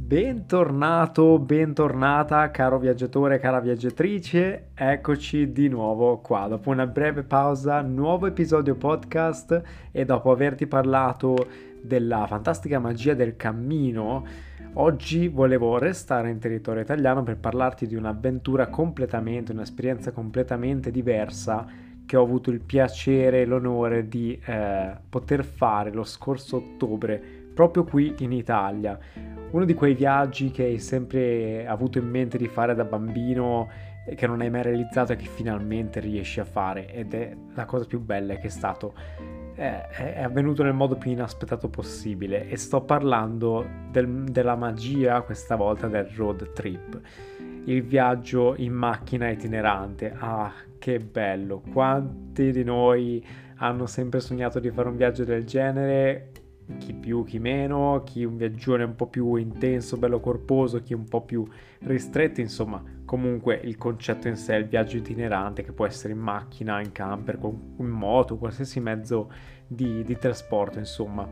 Bentornato, bentornata, caro viaggiatore, cara viaggiatrice, eccoci di nuovo qua, dopo una breve pausa, nuovo episodio podcast e dopo averti parlato della fantastica magia del cammino, oggi volevo restare in territorio italiano per parlarti di un'avventura completamente, un'esperienza completamente diversa che ho avuto il piacere e l'onore di poter fare lo scorso ottobre proprio qui in Italia. Uno di quei viaggi che hai sempre avuto in mente di fare da bambino e che non hai mai realizzato e che finalmente riesci a fare, ed è la cosa più bella che è avvenuto nel modo più inaspettato possibile, e sto parlando della magia questa volta del road trip, il viaggio in macchina itinerante. Ah, che bello! Quanti di noi hanno sempre sognato di fare un viaggio del genere? Chi più, chi meno, chi un viaggione un po' più intenso, bello corposo, chi un po' più ristretto, insomma, comunque il concetto in sé è il viaggio itinerante, che può essere in macchina, in camper, in moto, qualsiasi mezzo di trasporto, insomma.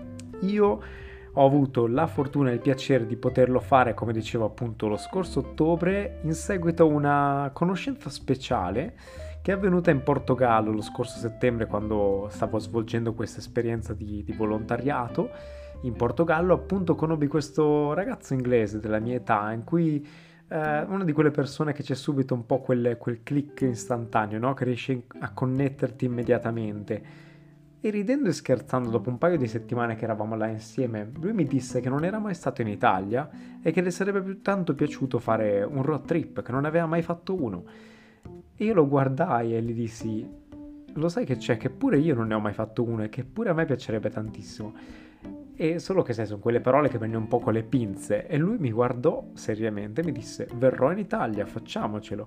Io ho avuto la fortuna e il piacere di poterlo fare, come dicevo appunto, lo scorso ottobre, in seguito a una conoscenza speciale che è avvenuta in Portogallo lo scorso settembre, quando stavo svolgendo questa esperienza di volontariato. In Portogallo appunto conobbi questo ragazzo inglese della mia età, in cui una di quelle persone che c'è subito un po' quel click istantaneo, no? Che riesci a connetterti immediatamente. E ridendo e scherzando, dopo un paio di settimane che eravamo là insieme, lui mi disse che non era mai stato in Italia e che le sarebbe più tanto piaciuto fare un road trip, che non aveva mai fatto uno. E io lo guardai e gli dissi: lo sai che c'è? Che pure io non ne ho mai fatto uno e che pure a me piacerebbe tantissimo. E solo che sai, sono quelle parole che prendono un po' con le pinze. E lui mi guardò seriamente e mi disse: verrò in Italia, facciamocelo.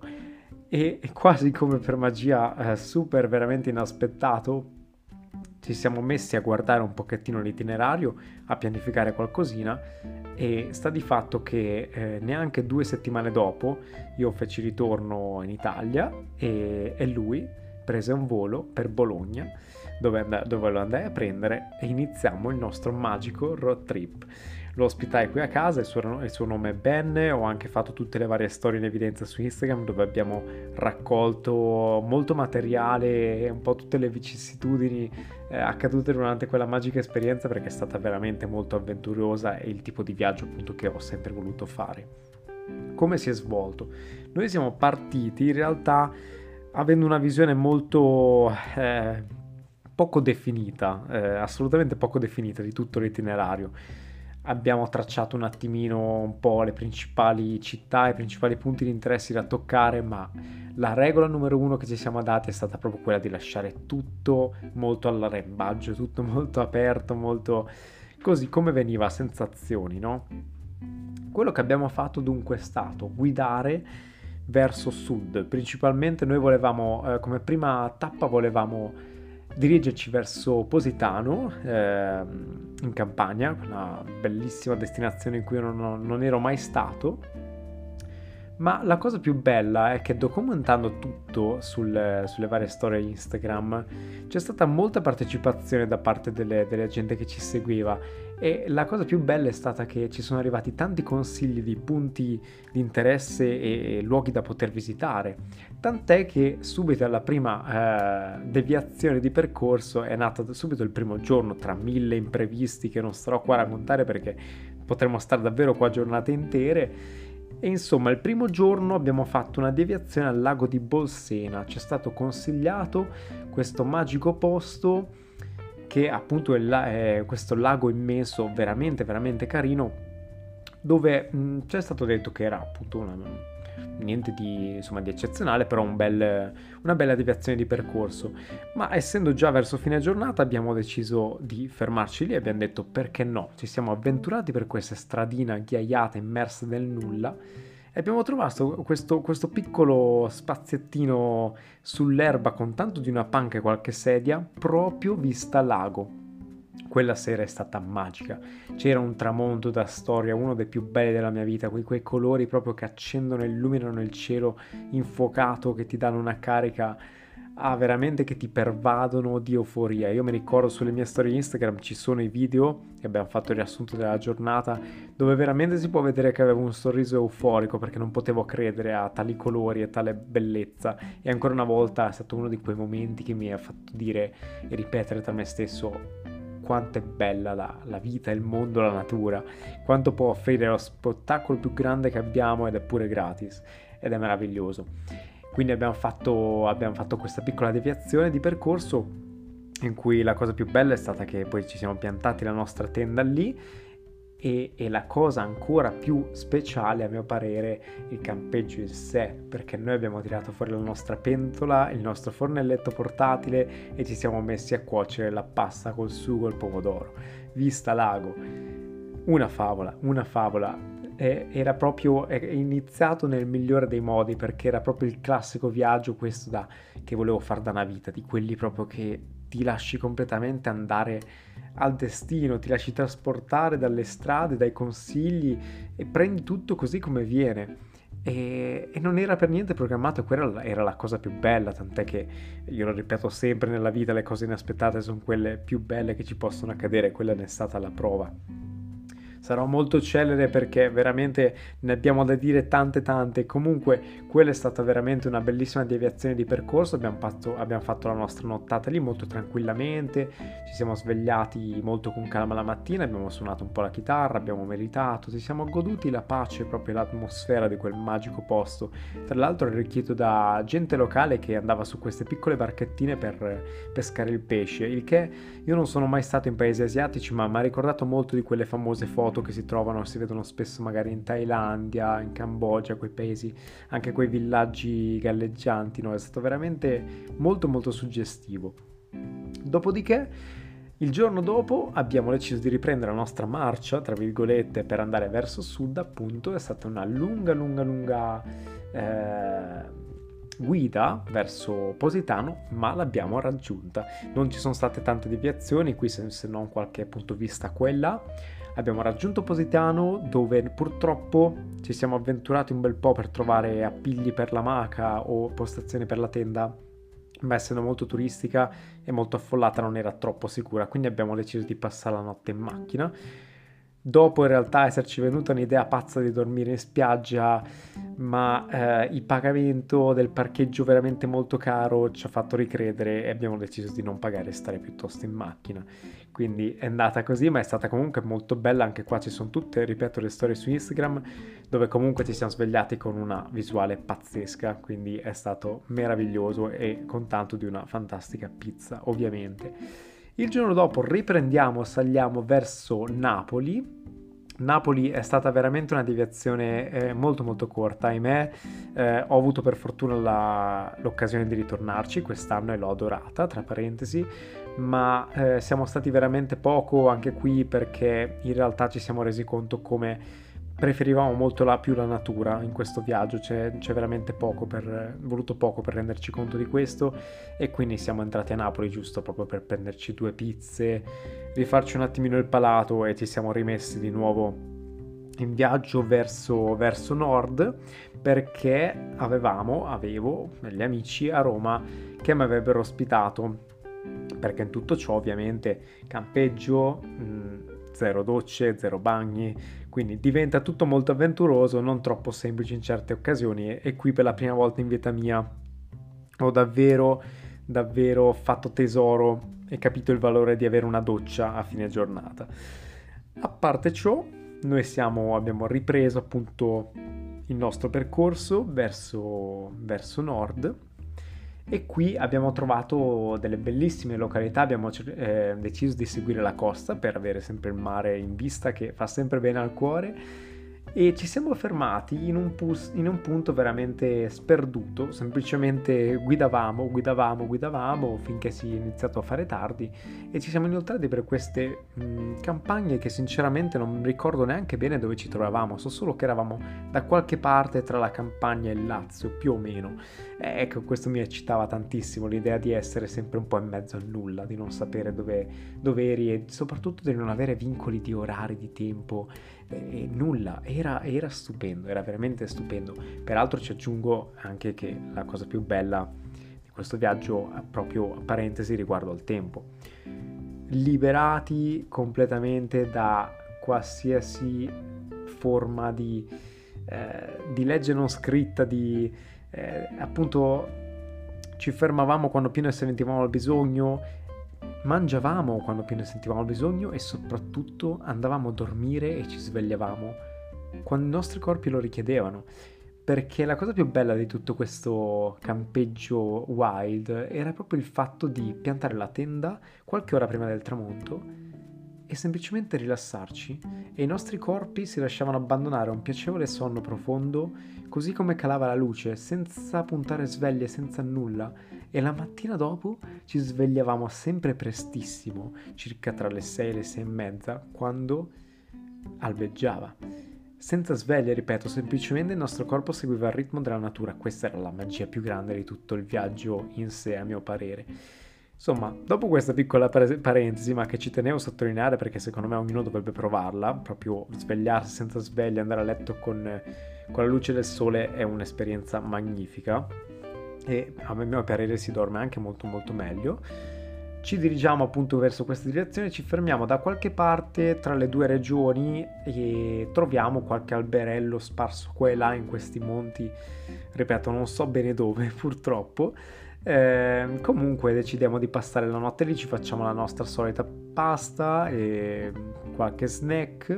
E quasi come per magia, super veramente inaspettato, ci siamo messi a guardare un pochettino l'itinerario, a pianificare qualcosina, e sta di fatto che neanche 2 settimane dopo io feci ritorno in Italia e lui prese un volo per Bologna, dove lo andai a prendere, e iniziamo il nostro magico road trip. Lo ospitai qui a casa, il suo nome è Ben, ho anche fatto tutte le varie storie in evidenza su Instagram, dove abbiamo raccolto molto materiale e un po' tutte le vicissitudini accadute durante quella magica esperienza, perché è stata veramente molto avventurosa e il tipo di viaggio appunto che ho sempre voluto fare. Come si è svolto? Noi siamo partiti in realtà avendo una visione molto poco definita, assolutamente poco definita di tutto l'itinerario. Abbiamo tracciato un attimino un po' le principali città, i principali punti di interesse da toccare, ma la regola numero uno che ci siamo dati è stata proprio quella di lasciare tutto molto all'arrembaggio, tutto molto aperto, molto così come veniva, a sensazioni, no? Quello che abbiamo fatto dunque è stato guidare verso sud. Principalmente noi volevamo, come prima tappa, volevamo dirigerci verso Positano, in Campania, una bellissima destinazione in cui io non ero mai stato. Ma la cosa più bella è che, documentando tutto sulle varie storie Instagram, c'è stata molta partecipazione da parte delle gente che ci seguiva, e la cosa più bella è stata che ci sono arrivati tanti consigli di punti di interesse e luoghi da poter visitare, tant'è che subito alla prima deviazione di percorso è nato subito il primo giorno, tra mille imprevisti che non starò qua a raccontare perché potremmo stare davvero qua giornate intere. E insomma, il primo giorno abbiamo fatto una deviazione al lago di Bolsena. Ci è stato consigliato questo magico posto, che appunto è questo lago immenso, veramente veramente carino, dove ci è stato detto che era appunto niente di, insomma, di eccezionale, però una bella deviazione di percorso. Ma essendo già verso fine giornata, abbiamo deciso di fermarci lì e abbiamo detto: perché no? Ci siamo avventurati per questa stradina ghiaiata immersa nel nulla e abbiamo trovato questo piccolo spaziettino sull'erba, con tanto di una panca e qualche sedia, proprio vista lago. Quella sera è stata magica, c'era un tramonto da storia, uno dei più belli della mia vita, quei colori proprio che accendono e illuminano il cielo infuocato, che ti danno una carica veramente che ti pervadono di euforia. Io mi ricordo sulle mie storie Instagram ci sono i video che abbiamo fatto il riassunto della giornata dove veramente si può vedere che avevo un sorriso euforico perché non potevo credere a tali colori e tale bellezza, e ancora una volta è stato uno di quei momenti che mi ha fatto dire e ripetere tra me stesso quanto è bella la vita, il mondo, la natura, quanto può offrire lo spettacolo più grande che abbiamo ed è pure gratis ed è meraviglioso. Quindi abbiamo fatto questa piccola deviazione di percorso in cui la cosa più bella è stata che poi ci siamo piantati la nostra tenda lì e la cosa ancora più speciale a mio parere il campeggio in sé, perché noi abbiamo tirato fuori la nostra pentola, il nostro fornelletto portatile e ci siamo messi a cuocere la pasta col sugo e il pomodoro, vista lago, una favola. Era proprio iniziato nel migliore dei modi perché era proprio il classico viaggio questo che volevo fare da una vita, di quelli proprio che ti lasci completamente andare al destino, ti lasci trasportare dalle strade, dai consigli e prendi tutto così come viene. E non era per niente programmato, e quella era la cosa più bella, tant'è che io lo ripeto sempre, nella vita le cose inaspettate sono quelle più belle che ci possono accadere, quella ne è stata la prova. Sarò molto celere perché veramente ne abbiamo da dire tante. Comunque quella è stata veramente una bellissima deviazione di percorso. Abbiamo fatto la nostra nottata lì molto tranquillamente, ci siamo svegliati molto con calma la mattina, abbiamo suonato un po' la chitarra, abbiamo meditato, ci siamo goduti la pace, proprio l'atmosfera di quel magico posto, tra l'altro arricchito da gente locale che andava su queste piccole barchettine per pescare il pesce, il che io non sono mai stato in paesi asiatici, ma mi ha ricordato molto di quelle famose foto che si vedono spesso magari in Thailandia, in Cambogia, quei paesi, anche quei villaggi galleggianti, no? È stato veramente molto suggestivo. Dopodiché, il giorno dopo abbiamo deciso di riprendere la nostra marcia, tra virgolette, per andare verso sud, appunto. È stata una lunga guida verso Positano, ma l'abbiamo raggiunta. Non ci sono state tante deviazioni qui, se non qualche punto vista qua e là. Abbiamo raggiunto Positano, dove purtroppo ci siamo avventurati un bel po' per trovare appigli per l'amaca o postazioni per la tenda, ma essendo molto turistica e molto affollata non era troppo sicura, quindi abbiamo deciso di passare la notte in macchina. Dopo in realtà esserci venuta un'idea pazza di dormire in spiaggia, ma il pagamento del parcheggio veramente molto caro ci ha fatto ricredere e abbiamo deciso di non pagare e stare piuttosto in macchina. Quindi è andata così, ma è stata comunque molto bella. Anche qua ci sono tutte, ripeto, le storie su Instagram, dove comunque ci siamo svegliati con una visuale pazzesca, quindi è stato meraviglioso e con tanto di una fantastica pizza, ovviamente. Il giorno dopo riprendiamo, saliamo verso Napoli. Napoli è stata veramente una deviazione molto corta, ahimè. Ho avuto per fortuna l'occasione di ritornarci quest'anno e l'ho adorata, tra parentesi, ma siamo stati veramente poco anche qui perché in realtà ci siamo resi conto come preferivamo molto più la natura in questo viaggio, c'è veramente voluto poco per renderci conto di questo, e quindi siamo entrati a Napoli giusto proprio per prenderci 2 pizze, rifarci un attimino il palato e ci siamo rimessi di nuovo in viaggio verso nord, perché avevo degli amici a Roma che mi avrebbero ospitato, perché in tutto ciò ovviamente campeggio, zero docce, zero bagni, quindi diventa tutto molto avventuroso, non troppo semplice in certe occasioni, e qui per la prima volta in vita mia ho davvero fatto tesoro e capito il valore di avere una doccia a fine giornata. A parte ciò, noi abbiamo ripreso appunto il nostro percorso verso nord, e qui abbiamo trovato delle bellissime località. Abbiamo deciso di seguire la costa per avere sempre il mare in vista, che fa sempre bene al cuore, e ci siamo fermati in un punto veramente sperduto. Semplicemente guidavamo finché si è iniziato a fare tardi, e ci siamo inoltrati per queste campagne che sinceramente non ricordo neanche bene dove ci trovavamo. So solo che eravamo da qualche parte tra la Campania e il Lazio, più o meno. Ecco, questo mi eccitava tantissimo, l'idea di essere sempre un po' in mezzo al nulla, di non sapere dove eri, e soprattutto di non avere vincoli di orari, di tempo, nulla. Era stupendo, era veramente stupendo. Peraltro ci aggiungo anche che la cosa più bella di questo viaggio proprio a parentesi riguardo al tempo. Liberati completamente da qualsiasi forma di legge non scritta, appunto ci fermavamo quando più ne sentivamo il bisogno, mangiavamo quando più ne sentivamo il bisogno e soprattutto andavamo a dormire e ci svegliavamo quando i nostri corpi lo richiedevano. Perché la cosa più bella di tutto questo campeggio wild era proprio il fatto di piantare la tenda qualche ora prima del tramonto e semplicemente rilassarci, e i nostri corpi si lasciavano abbandonare a un piacevole sonno profondo, così come calava la luce, senza puntare sveglie, senza nulla, e la mattina dopo ci svegliavamo sempre prestissimo, circa tra le 6 e le 6 e mezza, quando albeggiava. Senza sveglie, ripeto, semplicemente il nostro corpo seguiva il ritmo della natura. Questa era la magia più grande di tutto il viaggio in sé, a mio parere. Insomma, dopo questa piccola parentesi, ma che ci tenevo a sottolineare perché secondo me ognuno dovrebbe provarla, proprio svegliarsi senza sveglia, andare a letto con la luce del sole è un'esperienza magnifica e a mio parere si dorme anche molto molto meglio. Ci dirigiamo appunto verso questa direzione, ci fermiamo da qualche parte tra le due regioni e troviamo qualche alberello sparso qua e là in questi monti, ripeto, non so bene dove purtroppo. Comunque decidiamo di passare la notte lì, ci facciamo la nostra solita pasta e qualche snack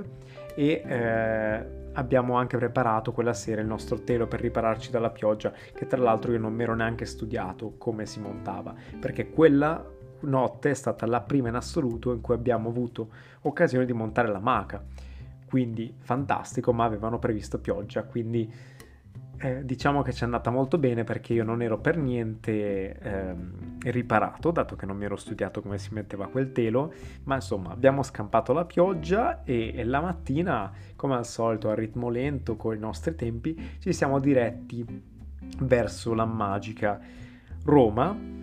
e abbiamo anche preparato quella sera il nostro telo per ripararci dalla pioggia, che tra l'altro io non mi ero neanche studiato come si montava, perché quella notte è stata la prima in assoluto in cui abbiamo avuto occasione di montare la maca, quindi fantastico, ma avevano previsto pioggia, quindi diciamo che ci è andata molto bene perché io non ero per niente riparato, dato che non mi ero studiato come si metteva quel telo, ma insomma abbiamo scampato la pioggia e la mattina, come al solito a ritmo lento con i nostri tempi, ci siamo diretti verso la magica Roma.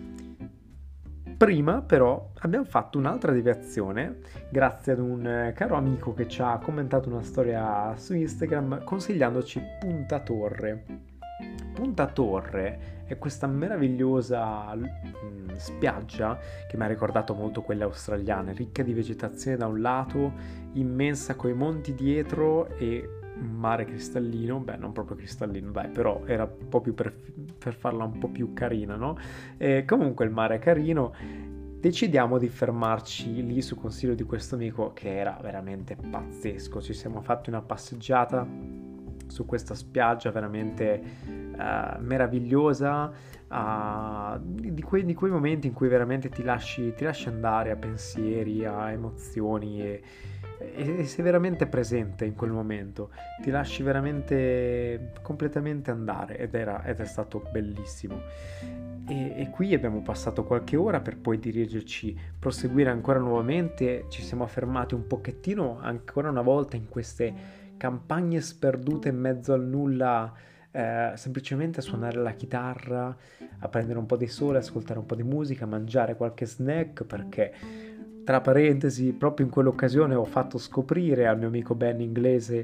Prima però abbiamo fatto un'altra deviazione grazie ad un caro amico che ci ha commentato una storia su Instagram consigliandoci Punta Torre. Punta Torre è questa meravigliosa spiaggia che mi ha ricordato molto quelle australiane, ricca di vegetazione da un lato, immensa coi monti dietro e un mare cristallino, beh non proprio cristallino, dai, però era un po' più per farla un po' più carina, no? E comunque il mare è carino, decidiamo di fermarci lì su consiglio di questo amico che era veramente pazzesco, ci siamo fatti una passeggiata su questa spiaggia veramente meravigliosa, di quei momenti in cui veramente ti lasci andare a pensieri, a emozioni e sei veramente presente in quel momento, ti lasci veramente completamente andare ed è stato bellissimo. E qui abbiamo passato qualche ora per poi proseguire ancora nuovamente, ci siamo fermati un pochettino ancora una volta in queste campagne sperdute in mezzo al nulla, semplicemente a suonare la chitarra, a prendere un po' di sole, ascoltare un po' di musica, mangiare qualche snack, perché tra parentesi proprio in quell'occasione ho fatto scoprire al mio amico Ben inglese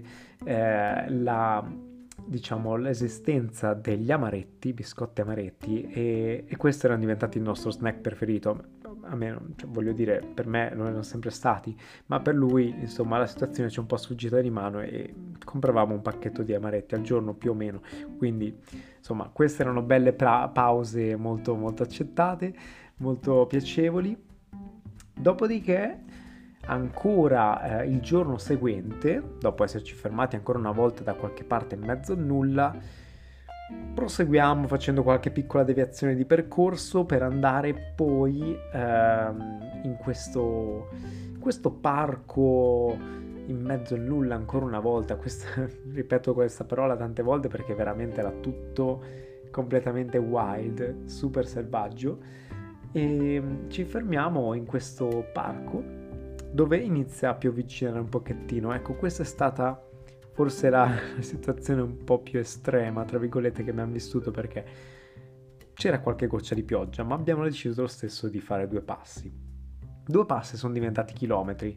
l'esistenza degli amaretti, biscotti amaretti, e questi erano diventati il nostro snack preferito. A me, cioè, voglio dire, per me non erano sempre stati, ma per lui, insomma, la situazione ci è un po' sfuggita di mano e compravamo un pacchetto di amaretti al giorno più o meno. Quindi, insomma, queste erano belle pause molto, molto accettate, molto piacevoli. Dopodiché, ancora il giorno seguente, dopo esserci fermati ancora una volta da qualche parte in mezzo al nulla, proseguiamo facendo qualche piccola deviazione di percorso per andare poi in questo parco in mezzo al nulla ancora una volta. Ripeto questa parola tante volte perché veramente era tutto completamente wild, super selvaggio, e ci fermiamo in questo parco dove inizia a piovigginare un pochettino. Ecco, questa è stata forse la situazione un po' più estrema, tra virgolette, che abbiamo vissuto, perché c'era qualche goccia di pioggia, ma abbiamo deciso lo stesso di fare 2 passi. 2 passi sono diventati chilometri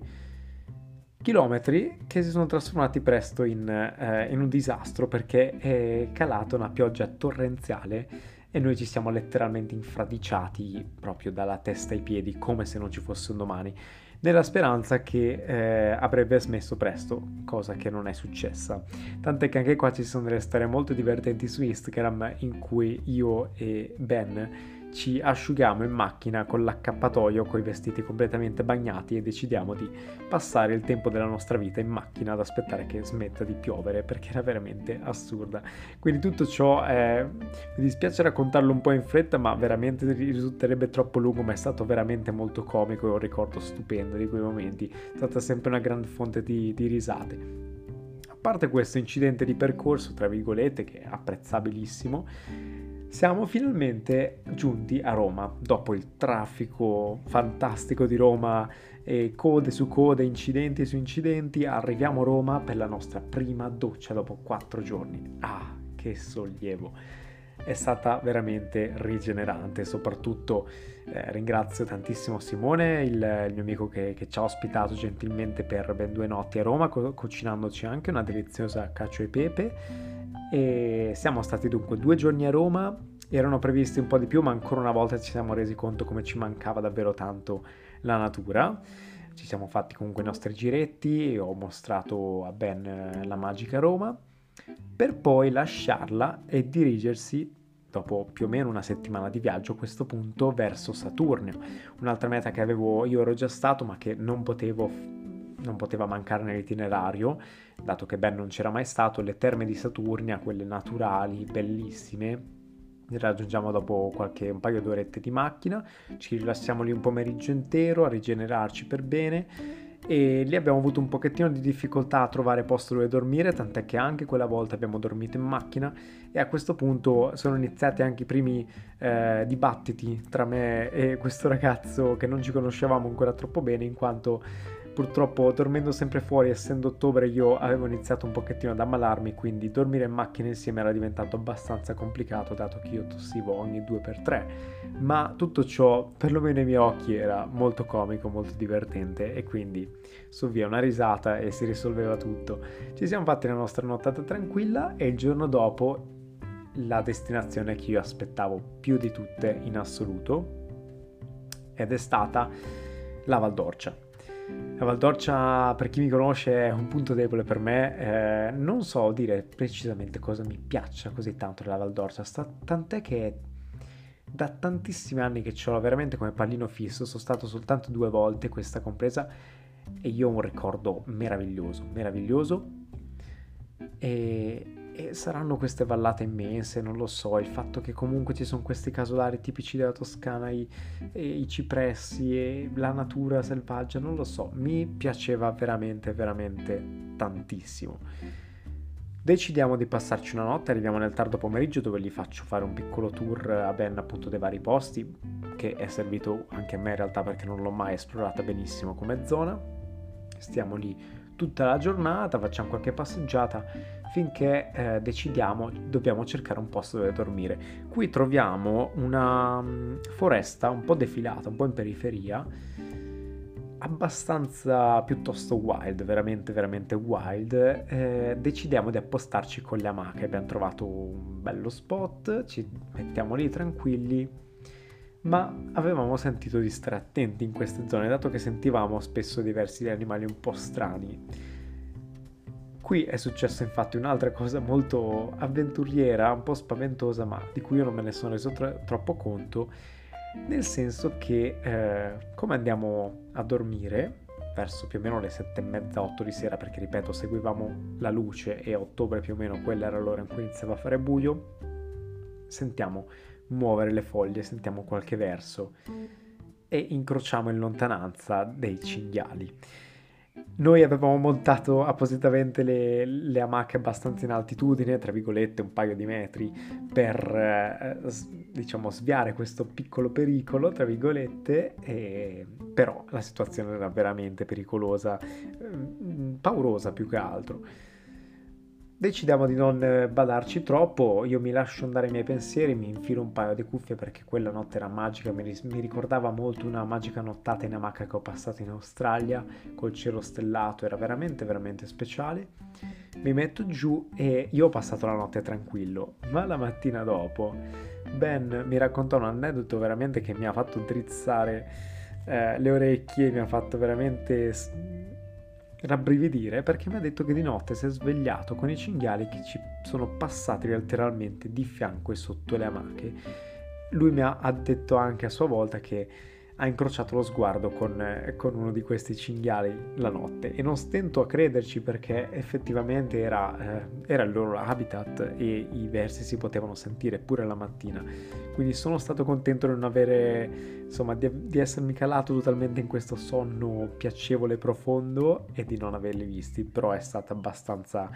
che si sono trasformati presto in un disastro, perché è calata una pioggia torrenziale e noi ci siamo letteralmente infradiciati proprio dalla testa ai piedi come se non ci fosse un domani, nella speranza che avrebbe smesso presto, cosa che non è successa. Tant'è che anche qua ci sono delle storie molto divertenti su Instagram in cui io e Ben ci asciughiamo in macchina con l'accappatoio, con i vestiti completamente bagnati e decidiamo di passare il tempo della nostra vita in macchina ad aspettare che smetta di piovere, perché era veramente assurda. Quindi tutto ciò mi dispiace raccontarlo un po' in fretta, ma veramente risulterebbe troppo lungo, ma è stato veramente molto comico e un ricordo stupendo di quei momenti. È stata sempre una grande fonte di risate. A parte questo incidente di percorso, tra virgolette, che è apprezzabilissimo, siamo finalmente giunti a Roma, dopo il traffico fantastico di Roma, e code su code, incidenti su incidenti. Arriviamo a Roma per la nostra prima doccia dopo 4 giorni. Ah, che sollievo! È stata veramente rigenerante, soprattutto ringrazio tantissimo Simone, il mio amico che ci ha ospitato gentilmente per ben 2 notti a Roma, cucinandoci anche una deliziosa cacio e pepe. E siamo stati dunque 2 giorni a Roma, erano previsti un po' di più, ma ancora una volta ci siamo resi conto come ci mancava davvero tanto la natura. Ci siamo fatti comunque i nostri giretti, ho mostrato a Ben la magica Roma, per poi lasciarla e dirigersi, dopo più o meno una settimana di viaggio a questo punto, verso Saturnio, un'altra meta che io ero già stato ma che non poteva mancare nell'itinerario, dato che Ben non c'era mai stato. Le terme di Saturnia, quelle naturali, bellissime, le raggiungiamo dopo un paio d'orette di macchina, ci rilassiamo lì un pomeriggio intero a rigenerarci per bene, e lì abbiamo avuto un pochettino di difficoltà a trovare posto dove dormire, tant'è che anche quella volta abbiamo dormito in macchina, e a questo punto sono iniziati anche i primi dibattiti tra me e questo ragazzo che non ci conoscevamo ancora troppo bene, in quanto purtroppo dormendo sempre fuori, essendo ottobre, io avevo iniziato un pochettino ad ammalarmi, quindi dormire in macchina insieme era diventato abbastanza complicato, dato che io tossivo ogni 2x3, ma tutto ciò, perlomeno ai miei occhi, era molto comico, molto divertente, e quindi su via una risata e si risolveva tutto. Ci siamo fatti la nostra nottata tranquilla e il giorno dopo la destinazione che io aspettavo più di tutte in assoluto, ed è stata la Val d'Orcia. La Val d'Orcia, per chi mi conosce, è un punto debole per me. Non so dire precisamente cosa mi piaccia così tanto della Val d'Orcia, tant'è che da tantissimi anni che ce l'ho veramente come pallino fisso. Sono stato soltanto 2 volte, questa compresa, e io ho un ricordo meraviglioso, e saranno queste vallate immense, non lo so, il fatto che comunque ci sono questi casolari tipici della Toscana, i cipressi e la natura selvaggia, non lo so, mi piaceva veramente tantissimo. Decidiamo di passarci una notte, arriviamo nel tardo pomeriggio, dove gli faccio fare un piccolo tour a Ben appunto dei vari posti, che è servito anche a me in realtà, perché non l'ho mai esplorata benissimo come zona. Stiamo lì tutta la giornata, facciamo qualche passeggiata finché decidiamo dobbiamo cercare un posto dove dormire. Qui troviamo una foresta un po' defilata, un po' in periferia, abbastanza piuttosto wild, veramente wild. Decidiamo di appostarci con le amache. Abbiamo trovato un bello spot, ci mettiamo lì tranquilli, ma avevamo sentito di stare attenti in queste zone, dato che sentivamo spesso diversi animali un po' strani. Qui è successo infatti un'altra cosa molto avventuriera, un po' spaventosa, ma di cui io non me ne sono reso troppo conto, nel senso che come andiamo a dormire verso più o meno le 7:30, 8 di sera, perché ripeto, seguivamo la luce e a ottobre più o meno quella era l'ora in cui iniziava a fare buio, sentiamo muovere le foglie, sentiamo qualche verso e incrociamo in lontananza dei cinghiali. Noi avevamo montato appositamente le amache abbastanza in altitudine, tra virgolette un paio di metri, per diciamo sviare questo piccolo pericolo, tra virgolette, però la situazione era veramente pericolosa, paurosa più che altro. Decidiamo di non badarci troppo, io mi lascio andare ai miei pensieri, mi infilo un paio di cuffie perché quella notte era magica, mi ricordava molto una magica nottata in amaca che ho passato in Australia, col cielo stellato, era veramente speciale. Mi metto giù e io ho passato la notte tranquillo, ma la mattina dopo Ben mi raccontò un aneddoto veramente che mi ha fatto drizzare le orecchie, mi ha fatto veramente rabbrividire, perché mi ha detto che di notte si è svegliato con i cinghiali che ci sono passati letteralmente di fianco e sotto le amache. Lui ha detto anche a sua volta che ha incrociato lo sguardo con uno di questi cinghiali la notte, e non stento a crederci, perché effettivamente era il loro habitat e i versi si potevano sentire pure la mattina. Quindi sono stato contento di non avere, insomma, di essermi calato totalmente in questo sonno piacevole e profondo e di non averli visti, però è stato abbastanza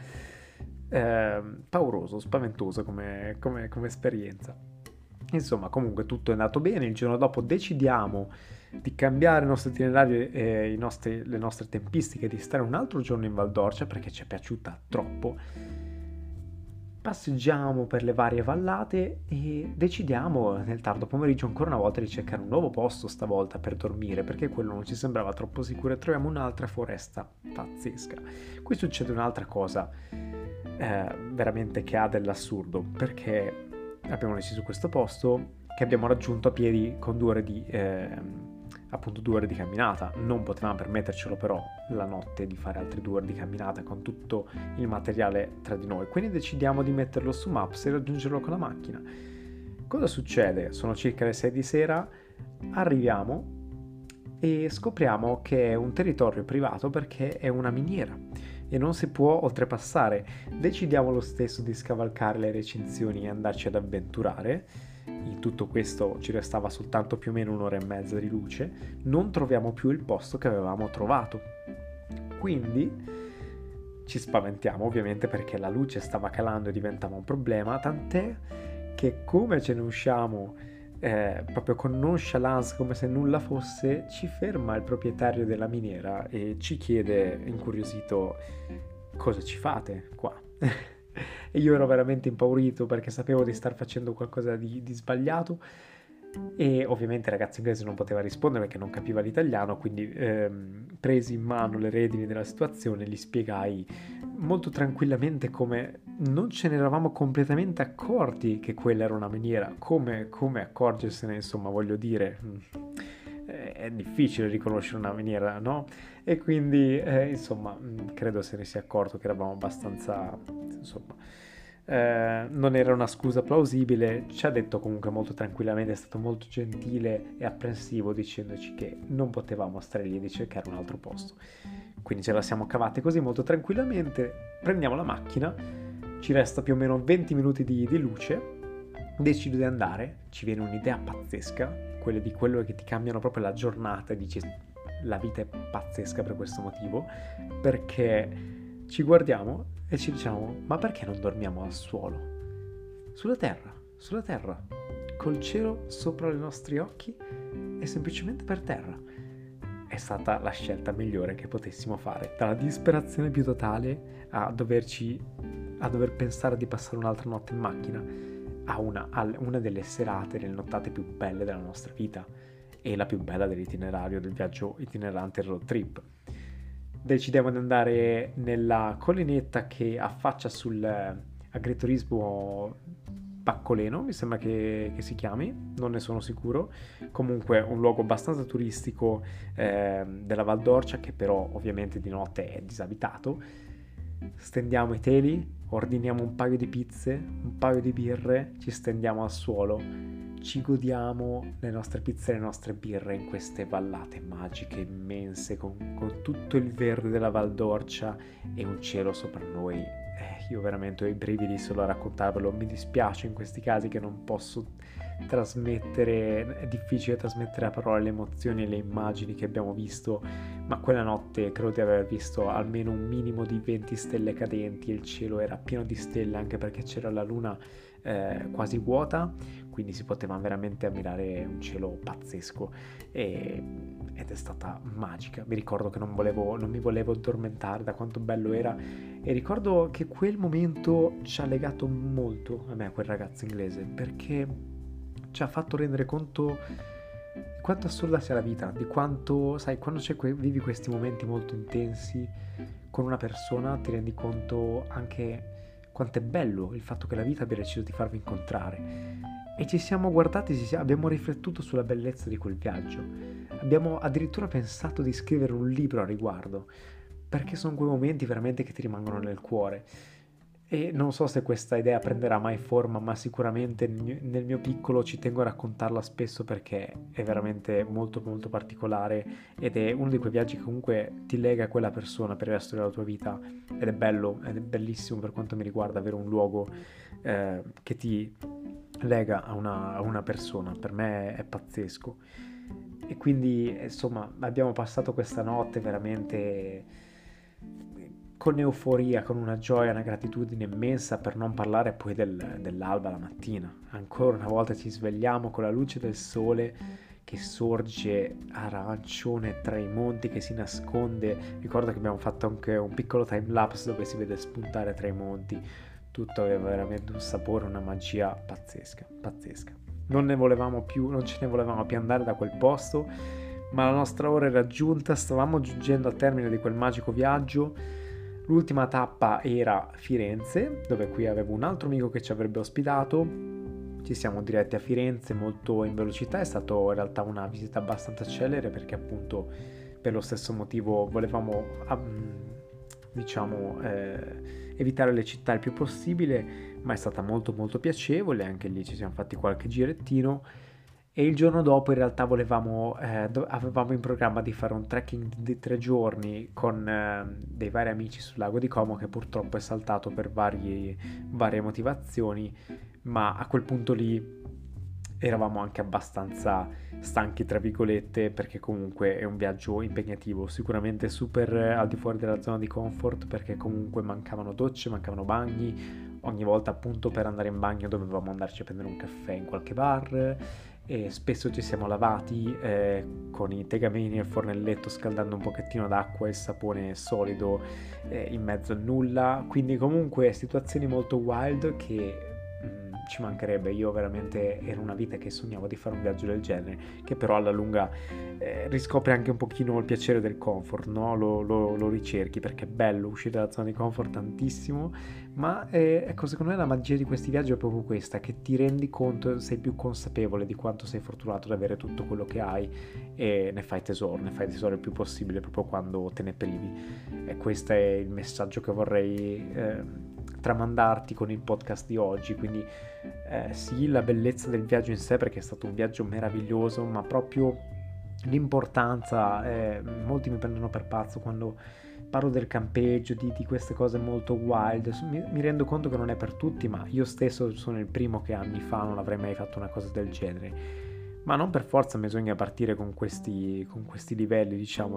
pauroso, spaventoso come esperienza. Insomma, comunque tutto è andato bene. Il giorno dopo decidiamo di cambiare il nostro itinerario e le nostre tempistiche, di stare un altro giorno in Val d'Orcia perché ci è piaciuta troppo. Passeggiamo per le varie vallate e decidiamo nel tardo pomeriggio ancora una volta di cercare un nuovo posto stavolta per dormire, perché quello non ci sembrava troppo sicuro, e troviamo un'altra foresta pazzesca. Qui succede un'altra cosa veramente che ha dell'assurdo, perché abbiamo deciso questo posto che abbiamo raggiunto a piedi con 2 ore di appunto 2 ore di camminata. Non potevamo permettercelo però la notte di fare altre 2 ore di camminata con tutto il materiale tra di noi, quindi decidiamo di metterlo su Maps e raggiungerlo con la macchina. Cosa succede? Sono circa le 6 di sera, arriviamo e scopriamo che è un territorio privato perché è una miniera e non si può oltrepassare. Decidiamo lo stesso di scavalcare le recinzioni e andarci ad avventurare. In tutto questo ci restava soltanto più o meno 1 ora e mezza di luce. Non troviamo più il posto che avevamo trovato, quindi ci spaventiamo ovviamente perché la luce stava calando e diventava un problema, tant'è che come ce ne usciamo proprio con nonchalance, come se nulla fosse, ci ferma il proprietario della miniera e ci chiede incuriosito: cosa ci fate qua? E io ero veramente impaurito perché sapevo di star facendo qualcosa di sbagliato, e ovviamente il ragazzo inglese non poteva rispondere perché non capiva l'italiano, quindi presi in mano le redini della situazione, gli spiegai molto tranquillamente come non ce ne eravamo completamente accorti che quella era una miniera. Come accorgersene, insomma, voglio dire, è difficile riconoscere una miniera, no? E quindi insomma credo se ne sia accorto che eravamo abbastanza, insomma, non era una scusa plausibile. Ci ha detto comunque molto tranquillamente, è stato molto gentile e apprensivo dicendoci che non potevamo stare lì e di cercare un altro posto. Quindi ce la siamo cavate così molto tranquillamente. Prendiamo la macchina, ci resta più o meno 20 minuti di luce, decido di andare, ci viene un'idea pazzesca, quelle di quello che ti cambiano proprio la giornata, e dici la vita è pazzesca per questo motivo, perché ci guardiamo e ci diciamo: ma perché non dormiamo al suolo? Sulla terra, col cielo sopra i nostri occhi e semplicemente per terra. È stata la scelta migliore che potessimo fare, dalla disperazione più totale a dover pensare di passare un'altra notte in macchina a una delle serate, delle nottate più belle della nostra vita e la più bella dell'itinerario del viaggio itinerante road trip. Decidiamo di andare nella collinetta che affaccia sul agriturismo Baccoleno, mi sembra che si chiami, non ne sono sicuro. Comunque un luogo abbastanza turistico della Val d'Orcia, che però ovviamente di notte è disabitato. Stendiamo i teli, ordiniamo un paio di pizze, un paio di birre, ci stendiamo al suolo, ci godiamo le nostre pizze e le nostre birre in queste vallate magiche, immense, con tutto il verde della Val d'Orcia e un cielo sopra noi. Io veramente ho i brividi solo a raccontarvelo. Mi dispiace in questi casi che non posso trasmettere, è difficile trasmettere a parole le emozioni e le immagini che abbiamo visto, ma quella notte credo di aver visto almeno un minimo di 20 stelle cadenti e il cielo era pieno di stelle, anche perché c'era la luna quasi vuota, quindi si poteva veramente ammirare un cielo pazzesco ed è stata magica. Mi ricordo che non mi volevo addormentare da quanto bello era, e ricordo che quel momento ci ha legato molto a me, a quel ragazzo inglese, perché ci ha fatto rendere conto di quanto assurda sia la vita, di quanto, sai, quando vivi questi momenti molto intensi con una persona ti rendi conto anche quanto è bello il fatto che la vita abbia deciso di farvi incontrare. e ci siamo guardati, abbiamo riflettuto sulla bellezza di quel viaggio. Abbiamo addirittura pensato di scrivere un libro a riguardo, perché sono quei momenti veramente che ti rimangono nel cuore. E non so se questa idea prenderà mai forma, ma sicuramente nel mio piccolo ci tengo a raccontarla spesso perché è veramente molto molto particolare ed è uno di quei viaggi che comunque ti lega a quella persona per il resto della tua vita ed è bello, ed è bellissimo per quanto mi riguarda avere un luogo che ti lega a una persona. Per me è pazzesco. E quindi insomma abbiamo passato questa notte veramente con euforia, con una gioia, una gratitudine immensa, per non parlare poi dell'alba la mattina. Ancora una volta ci svegliamo con la luce del sole che sorge arancione tra i monti, che si nasconde. Ricordo che abbiamo fatto anche un piccolo time lapse dove si vede spuntare tra i monti. Tutto aveva veramente un sapore, una magia pazzesca, pazzesca. Non ce ne volevamo più andare da quel posto, ma la nostra ora era giunta, stavamo giungendo al termine di quel magico viaggio. L'ultima tappa era Firenze, dove qui avevo un altro amico che ci avrebbe ospitato. Ci siamo diretti a Firenze molto in velocità, è stata in realtà una visita abbastanza celere perché appunto per lo stesso motivo volevamo evitare le città il più possibile, ma è stata molto molto piacevole, anche lì ci siamo fatti qualche girettino. E il giorno dopo in realtà avevamo in programma di fare un trekking di 3 giorni con dei vari amici sul lago di Como, che purtroppo è saltato per varie motivazioni, ma a quel punto lì eravamo anche abbastanza stanchi, tra virgolette, perché comunque è un viaggio impegnativo, sicuramente super al di fuori della zona di comfort, perché comunque mancavano docce, mancavano bagni. Ogni volta appunto per andare in bagno dovevamo andarci a prendere un caffè in qualche bar, e spesso ci siamo lavati con i tegameni e il fornelletto, scaldando un pochettino d'acqua e il sapone solido in mezzo a nulla. Quindi comunque situazioni molto wild che ci mancherebbe. Io veramente era una vita che sognavo di fare un viaggio del genere, che però alla lunga riscopre anche un pochino il piacere del comfort, no? Lo ricerchi perché è bello uscire dalla zona di comfort tantissimo, ma ecco, secondo me la magia di questi viaggi è proprio questa, che ti rendi conto, sei più consapevole di quanto sei fortunato ad avere tutto quello che hai e ne fai tesoro il più possibile proprio quando te ne privi. E questo è il messaggio che vorrei tramandarti con il podcast di oggi. Quindi sì, la bellezza del viaggio in sé, perché è stato un viaggio meraviglioso, ma proprio l'importanza, molti mi prendono per pazzo quando parlo del campeggio, di queste cose molto wild. Mi rendo conto che non è per tutti, ma io stesso sono il primo che anni fa non avrei mai fatto una cosa del genere. Ma non per forza bisogna partire con questi livelli, diciamo,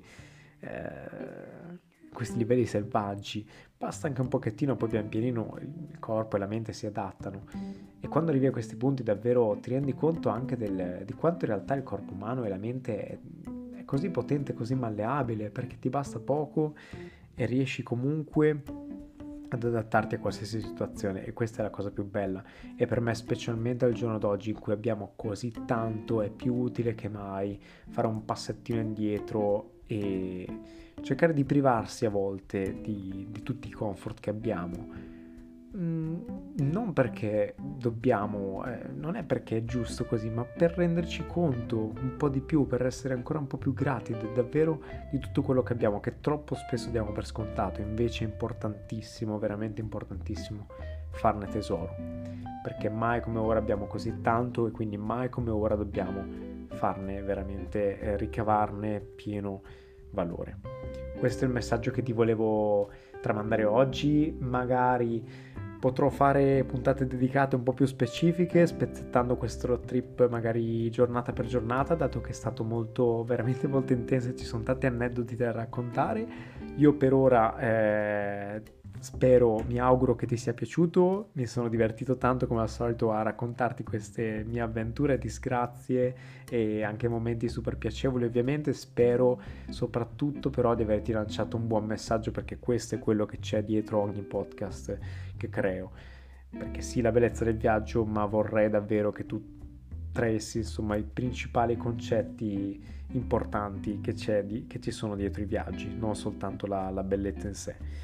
questi livelli selvaggi. Basta anche un pochettino, poi pian pianino il corpo e la mente si adattano, e quando arrivi a questi punti davvero ti rendi conto anche di quanto in realtà il corpo umano e la mente è così potente, così malleabile, perché ti basta poco e riesci comunque ad adattarti a qualsiasi situazione, e questa è la cosa più bella. E per me, specialmente al giorno d'oggi in cui abbiamo così tanto, è più utile che mai fare un passettino indietro e cercare di privarsi a volte di tutti i comfort che abbiamo. Non perché dobbiamo, non è perché è giusto così, ma per renderci conto un po' di più, per essere ancora un po' più grati davvero di tutto quello che abbiamo, che troppo spesso diamo per scontato. Invece è importantissimo, veramente importantissimo, farne tesoro, perché mai come ora abbiamo così tanto, e quindi mai come ora dobbiamo farne veramente, ricavarne pieno valore. Questo è il messaggio che ti volevo tramandare oggi. Magari potrò fare puntate dedicate un po' più specifiche, spezzettando questo road trip magari giornata per giornata, dato che è stato veramente molto intenso e ci sono tanti aneddoti da raccontare. Io per ora mi auguro che ti sia piaciuto. Mi sono divertito tanto come al solito a raccontarti queste mie avventure, disgrazie e anche momenti super piacevoli. Ovviamente spero soprattutto però di averti lanciato un buon messaggio, perché questo è quello che c'è dietro ogni podcast che creo. Perché sì, la bellezza del viaggio, ma vorrei davvero che tu traessi insomma i principali concetti importanti che ci sono dietro i viaggi, non soltanto la bellezza in sé.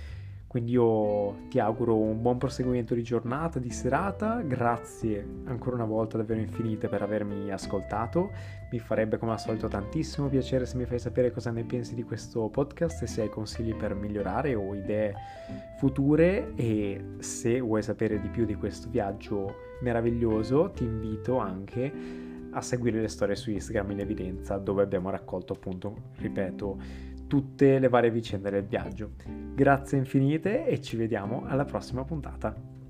Quindi io ti auguro un buon proseguimento di giornata, di serata, grazie ancora una volta davvero infinite per avermi ascoltato, mi farebbe come al solito tantissimo piacere se mi fai sapere cosa ne pensi di questo podcast e se hai consigli per migliorare o idee future, e se vuoi sapere di più di questo viaggio meraviglioso ti invito anche a seguire le storie su Instagram in evidenza, dove abbiamo raccolto appunto, ripeto, tutte le varie vicende del viaggio. Grazie infinite e ci vediamo alla prossima puntata.